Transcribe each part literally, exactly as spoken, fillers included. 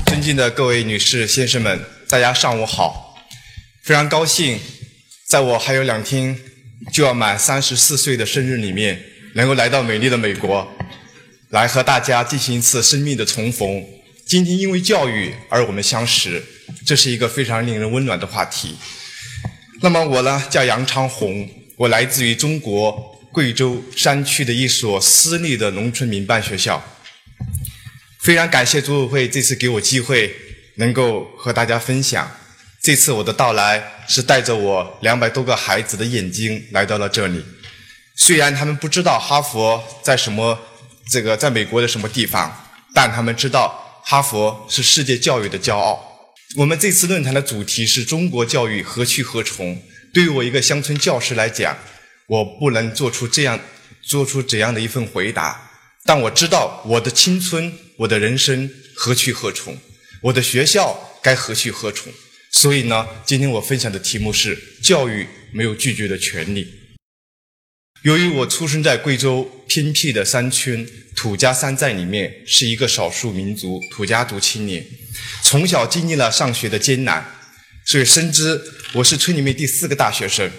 尊敬的各位女士、先生们，大家上午好！非常高兴，在我还有两天就要满三十四岁的生日里面，能够来到美丽的美国，来和大家进行一次生命的重逢。今天因为教育而我们相识，这是一个非常令人温暖的话题。那么我呢，叫杨昌宏，我来自于中国贵州山区的一所私立的农村民办学校。非常感谢组委会这次给我机会能够和大家分享。这次我的到来是带着我两百多个孩子的眼睛来到了这里。虽然他们不知道哈佛在什么这个在美国的什么地方，但他们知道哈佛是世界教育的骄傲。我们这次论坛的主题是中国教育何去何从。对于我一个乡村教师来讲，我不能做出这样做出怎样的一份回答，但我知道我的青春，我的人生何去何从，我的学校该何去何从。所以呢，今天我分享的题目是教育没有拒绝的权利。由于我出生在贵州偏僻的山村土家山寨里面，是一个少数民族土家族青年，从小经历了上学的艰难，所以深知我是村里面第四个大学生。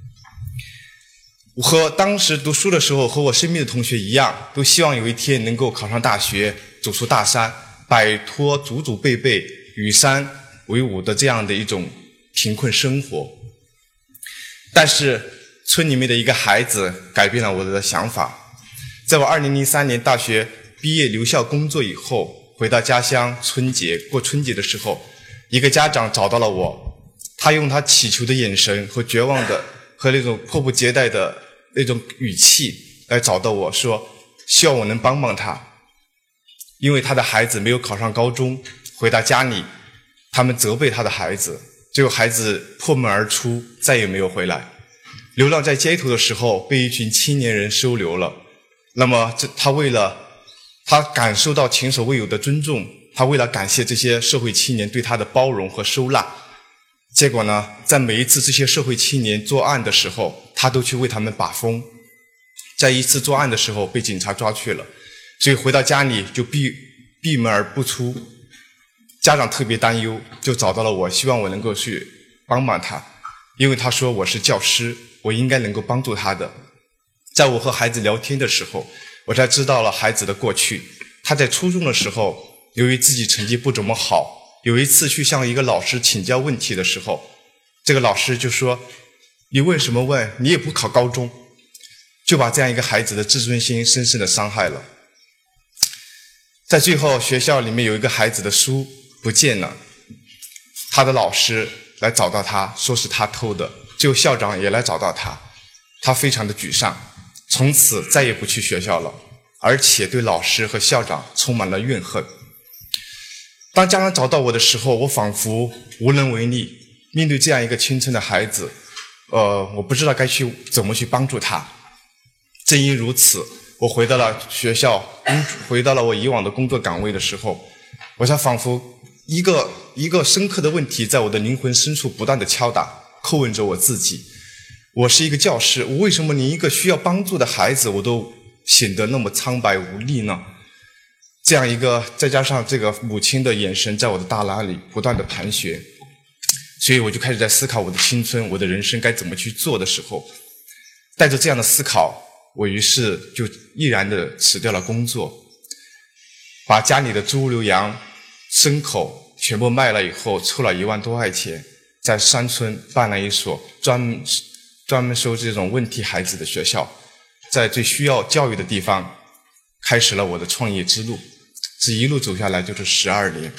我和当时读书的时候和我身边的同学一样，都希望有一天能够考上大学，走出大山，摆脱祖祖辈辈与山为伍的这样的一种贫困生活。但是村里面的一个孩子改变了我的想法。在我二零零三年大学毕业留校工作以后，回到家乡春节过春节的时候，一个家长找到了我，他用他祈求的眼神和绝望的和那种迫不及待的那种语气来找到我，说希望我能帮帮他。因为他的孩子没有考上高中，回到家里他们责备他的孩子，最后孩子破门而出，再也没有回来。流浪在街头的时候被一群青年人收留了。那么这他为了他感受到前所未有的尊重，他为了感谢这些社会青年对他的包容和收纳，结果呢，在每一次这些社会青年作案的时候，他都去为他们把风。在一次作案的时候被警察抓去了，所以回到家里就闭闭门而不出。家长特别担忧，就找到了我，希望我能够去帮帮他，因为他说我是教师，我应该能够帮助他的。在我和孩子聊天的时候，我才知道了孩子的过去。他在初中的时候，由于自己成绩不怎么好，有一次去向一个老师请教问题的时候，这个老师就说，你问什么问，你也不考高中，就把这样一个孩子的自尊心深深的伤害了。在最后学校里面有一个孩子的书不见了，他的老师来找到他，说是他偷的，最后校长也来找到他，他非常的沮丧，从此再也不去学校了，而且对老师和校长充满了怨恨。当家长找到我的时候，我仿佛无能为力，面对这样一个青春的孩子，呃，我不知道该去怎么去帮助他。正因如此，我回到了学校，回到了我以往的工作岗位的时候，我才仿佛一个一个深刻的问题在我的灵魂深处不断的敲打，叩问着我自己。我是一个教师，我为什么连一个需要帮助的孩子我都显得那么苍白无力呢？这样一个，再加上这个母亲的眼神在我的大脑里不断的盘旋，所以我就开始在思考我的青春，我的人生该怎么去做的时候，带着这样的思考，我于是就毅然的辞掉了工作，把家里的猪牛羊牲口全部卖了以后，凑了一万多块钱，在山村办了一所专门专门收这种问题孩子的学校，在最需要教育的地方开始了我的创业之路。这一路走下来就是十二年。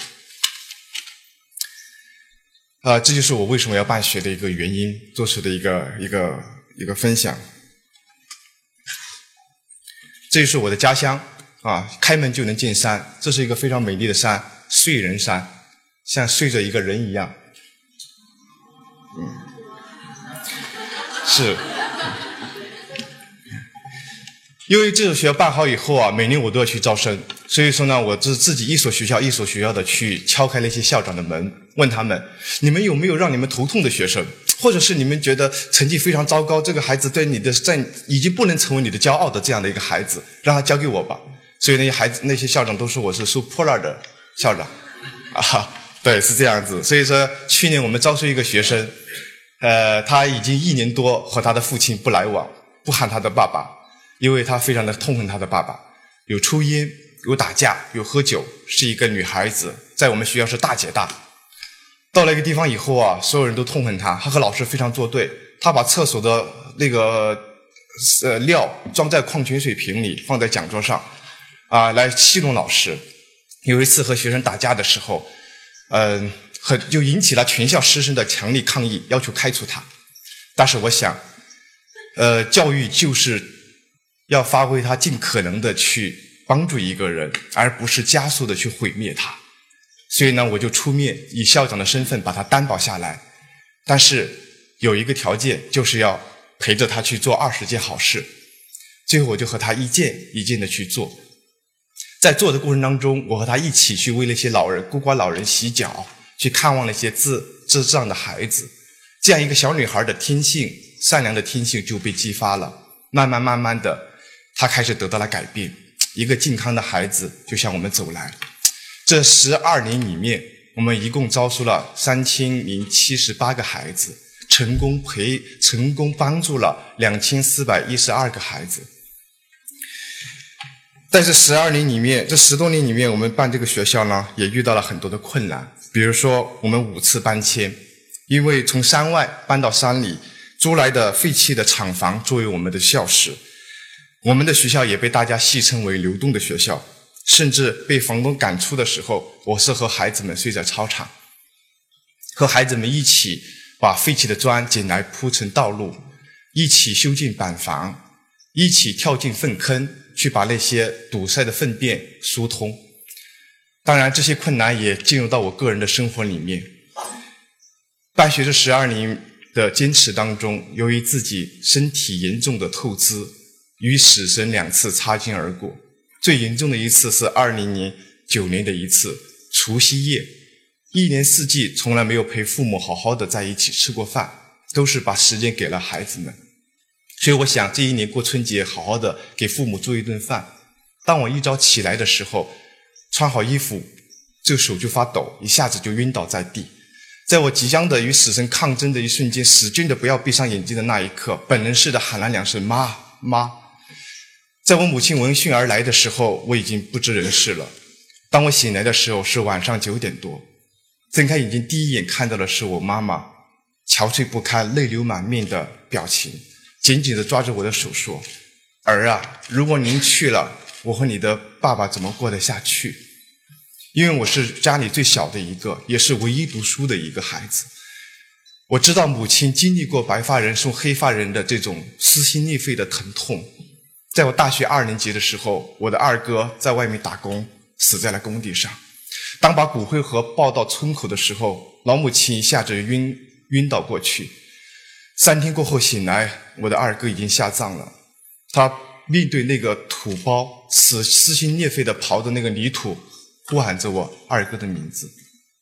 呃，这就是我为什么要办学的一个原因，做出的一个一个一个分享。这就是我的家乡啊，开门就能见山，这是一个非常美丽的山，睡人山，像睡着一个人一样。嗯，是。因为这所学校办好以后啊，每年我都要去招生，所以说呢，我自自己一所学校一所学校的去敲开那些校长的门，问他们，你们有没有让你们头痛的学生，或者是你们觉得成绩非常糟糕，这个孩子对你的在已经不能成为你的骄傲的这样的一个孩子，让他交给我吧。所以那些孩子那些校长都说我是收破烂的校长。 啊，对，是这样子。所以说，去年我们招收一个学生，呃，他已经一年多和他的父亲不来往，不喊他的爸爸，因为他非常的痛恨他的爸爸，有抽烟，有打架，有喝酒，是一个女孩子，在我们学校是大姐大。到了一个地方以后啊，所有人都痛恨他，他和老师非常作对，他把厕所的那个呃料装在矿泉水瓶里，放在讲桌上，啊，来戏弄老师。有一次和学生打架的时候，嗯、呃，很就引起了全校师生的强烈抗议，要求开除他。但是我想，呃，教育就是要发挥他尽可能的去帮助一个人，而不是加速的去毁灭他。所以呢，我就出面以校长的身份把他担保下来，但是有一个条件，就是要陪着他去做二十件好事。最后我就和他一件一件的去做，在做的过程当中，我和他一起去为那些老人、孤寡老人洗脚，去看望那些智智障的孩子。这样一个小女孩的天性，善良的天性就被激发了。慢慢慢慢的，她开始得到了改变。一个健康的孩子就向我们走来。这十二年里面，我们一共招收了三千零七十八个孩子，成功培成功帮助了两千四百一十二个孩子。在这十二年里面，这十多年里面，我们办这个学校呢，也遇到了很多的困难。比如说，我们五次搬迁，因为从山外搬到山里，租来的废弃的厂房作为我们的校室。我们的学校也被大家戏称为流动的学校，甚至被房东赶出的时候，我是和孩子们睡在操场，和孩子们一起把废弃的砖捡来铺成道路，一起修建板房，一起跳进粪坑，去把那些堵塞的粪便疏通。当然，这些困难也进入到我个人的生活里面。办学这十二年的坚持当中，由于自己身体严重的透支，与死神两次擦肩而过。最严重的一次是二零零九年的一次除夕夜，一年四季从来没有陪父母好好的在一起吃过饭，都是把时间给了孩子们。所以我想这一年过春节好好的给父母做一顿饭。当我一早起来的时候，穿好衣服，这手就发抖，一下子就晕倒在地。在我即将的与死神抗争的一瞬间，使劲的不要闭上眼睛的那一刻，本能似的喊了两声妈妈。在我母亲闻讯而来的时候，我已经不知人事了。当我醒来的时候是晚上九点多，睁开眼睛第一眼看到的是我妈妈憔悴不堪、泪流满面的表情，紧紧地抓着我的手说：儿啊，如果您去了，我和你的爸爸怎么过得下去？因为我是家里最小的一个，也是唯一读书的一个孩子。我知道母亲经历过白发人送黑发人的这种撕心裂肺的疼痛。在我大学二年级的时候，我的二哥在外面打工，死在了工地上。当把骨灰盒抱到村口的时候，老母亲一下子晕晕倒过去。三天过后醒来，我的二哥已经下葬了。他面对那个土包，撕撕心裂肺的刨的那个泥土，呼喊着我二哥的名字。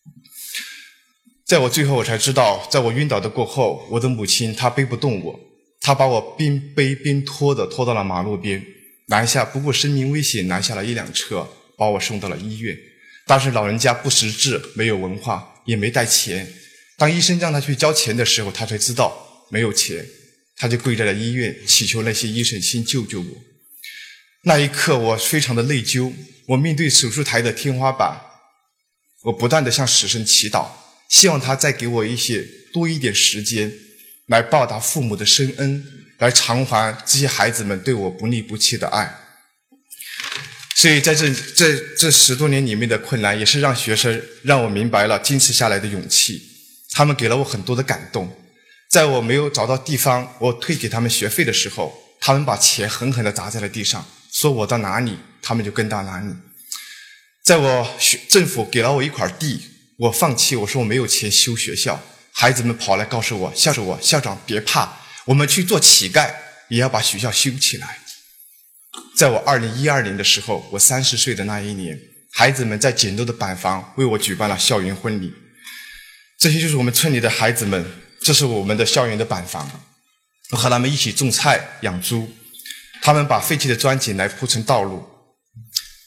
在我最后我才知道，在我晕倒的过后，我的母亲她背不动我，她把我边背边拖的拖到了马路边，拦下不顾生命危险拦下了一辆车，把我送到了医院。但是老人家不识字，没有文化，也没带钱。当医生让他去交钱的时候，他才知道没有钱，他就跪在了医院，祈求那些医生先救救我。那一刻我非常的内疚，我面对手术台的天花板，我不断地向死神祈祷，希望他再给我一些多一点时间，来报答父母的深恩，来偿还这些孩子们对我不离不弃的爱。所以在这这这十多年里面的困难，也是让学生让我明白了坚持下来的勇气。他们给了我很多的感动。在我没有找到地方我退给他们学费的时候，他们把钱狠狠地砸在了地上，说我到哪里他们就跟到哪里。在我政府给了我一块地，我放弃，我说我没有钱修学校，孩子们跑来告诉我，校长我校长别怕，我们去做乞丐也要把学校修起来。在我二零一二年的时候，我三十岁的那一年，孩子们在简陋的板房为我举办了校园婚礼。这些就是我们村里的孩子们，这是我们的校园的板房。我和他们一起种菜养猪，他们把废弃的砖捡来铺成道路。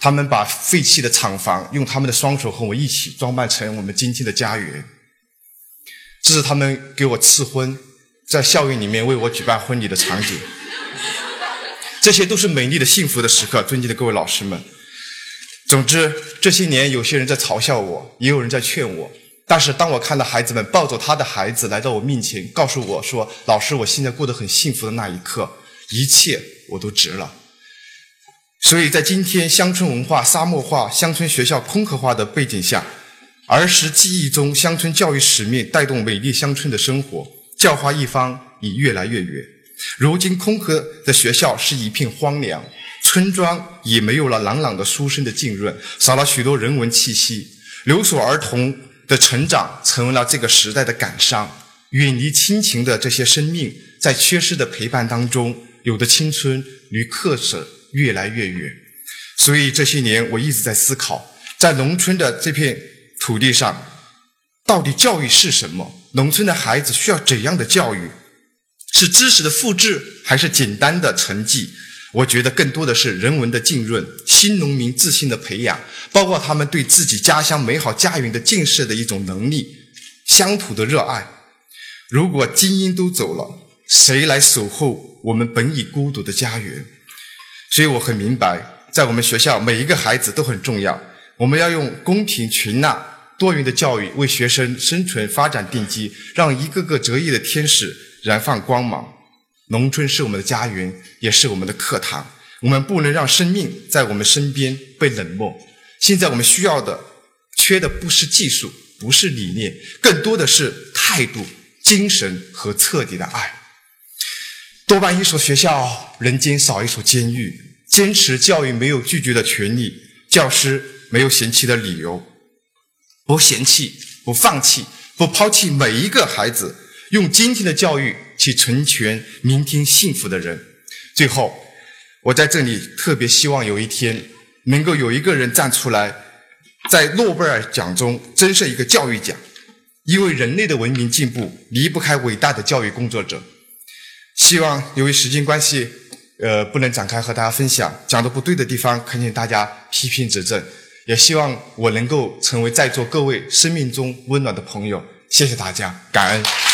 他们把废弃的厂房用他们的双手和我一起装扮成我们今天的家园。这是他们给我赐婚，在校园里面为我举办婚礼的场景。这些都是美丽的幸福的时刻，尊敬的各位老师们。总之，这些年有些人在嘲笑我，也有人在劝我，但是当我看到孩子们抱着他的孩子来到我面前，告诉我说，老师，我现在过得很幸福的那一刻，一切我都值了。所以在今天乡村文化沙漠化、乡村学校空壳化的背景下，儿时记忆中乡村教育使命带动美丽乡村的生活，教化一方已越来越远。如今空壳的学校是一片荒凉，村庄也没有了朗朗的书声的浸润，少了许多人文气息。留守儿童的成长成为了这个时代的感伤，远离亲情的这些生命，在缺失的陪伴当中，有的青春离课舍越来越远。所以这些年我一直在思考，在农村的这片土地上，到底教育是什么？农村的孩子需要怎样的教育？是知识的复制，还是简单的成绩？我觉得更多的是人文的浸润，新农民自信的培养，包括他们对自己家乡美好家园的建设的一种能力，乡土的热爱。如果精英都走了，谁来守候我们本已孤独的家园？所以我很明白，在我们学校每一个孩子都很重要，我们要用公平群纳多元的教育为学生生存发展奠基，让一个个折翼的天使燃放光芒。农村是我们的家园，也是我们的课堂，我们不能让生命在我们身边被冷漠。现在我们需要的缺的不是技术，不是理念，更多的是态度、精神和彻底的爱。多办一所学校，人间少一所监狱。坚持教育没有拒绝的权利，教师没有嫌弃的理由。不嫌弃，不放弃，不抛弃每一个孩子，用今天的教育去成全明天幸福的人。最后，我在这里特别希望有一天能够有一个人站出来，在诺贝尔奖中增设一个教育奖，因为人类的文明进步离不开伟大的教育工作者。希望由于时间关系，呃，不能展开和大家分享，讲的不对的地方，恳请大家批评指正。也希望我能够成为在座各位生命中温暖的朋友。谢谢大家，感恩。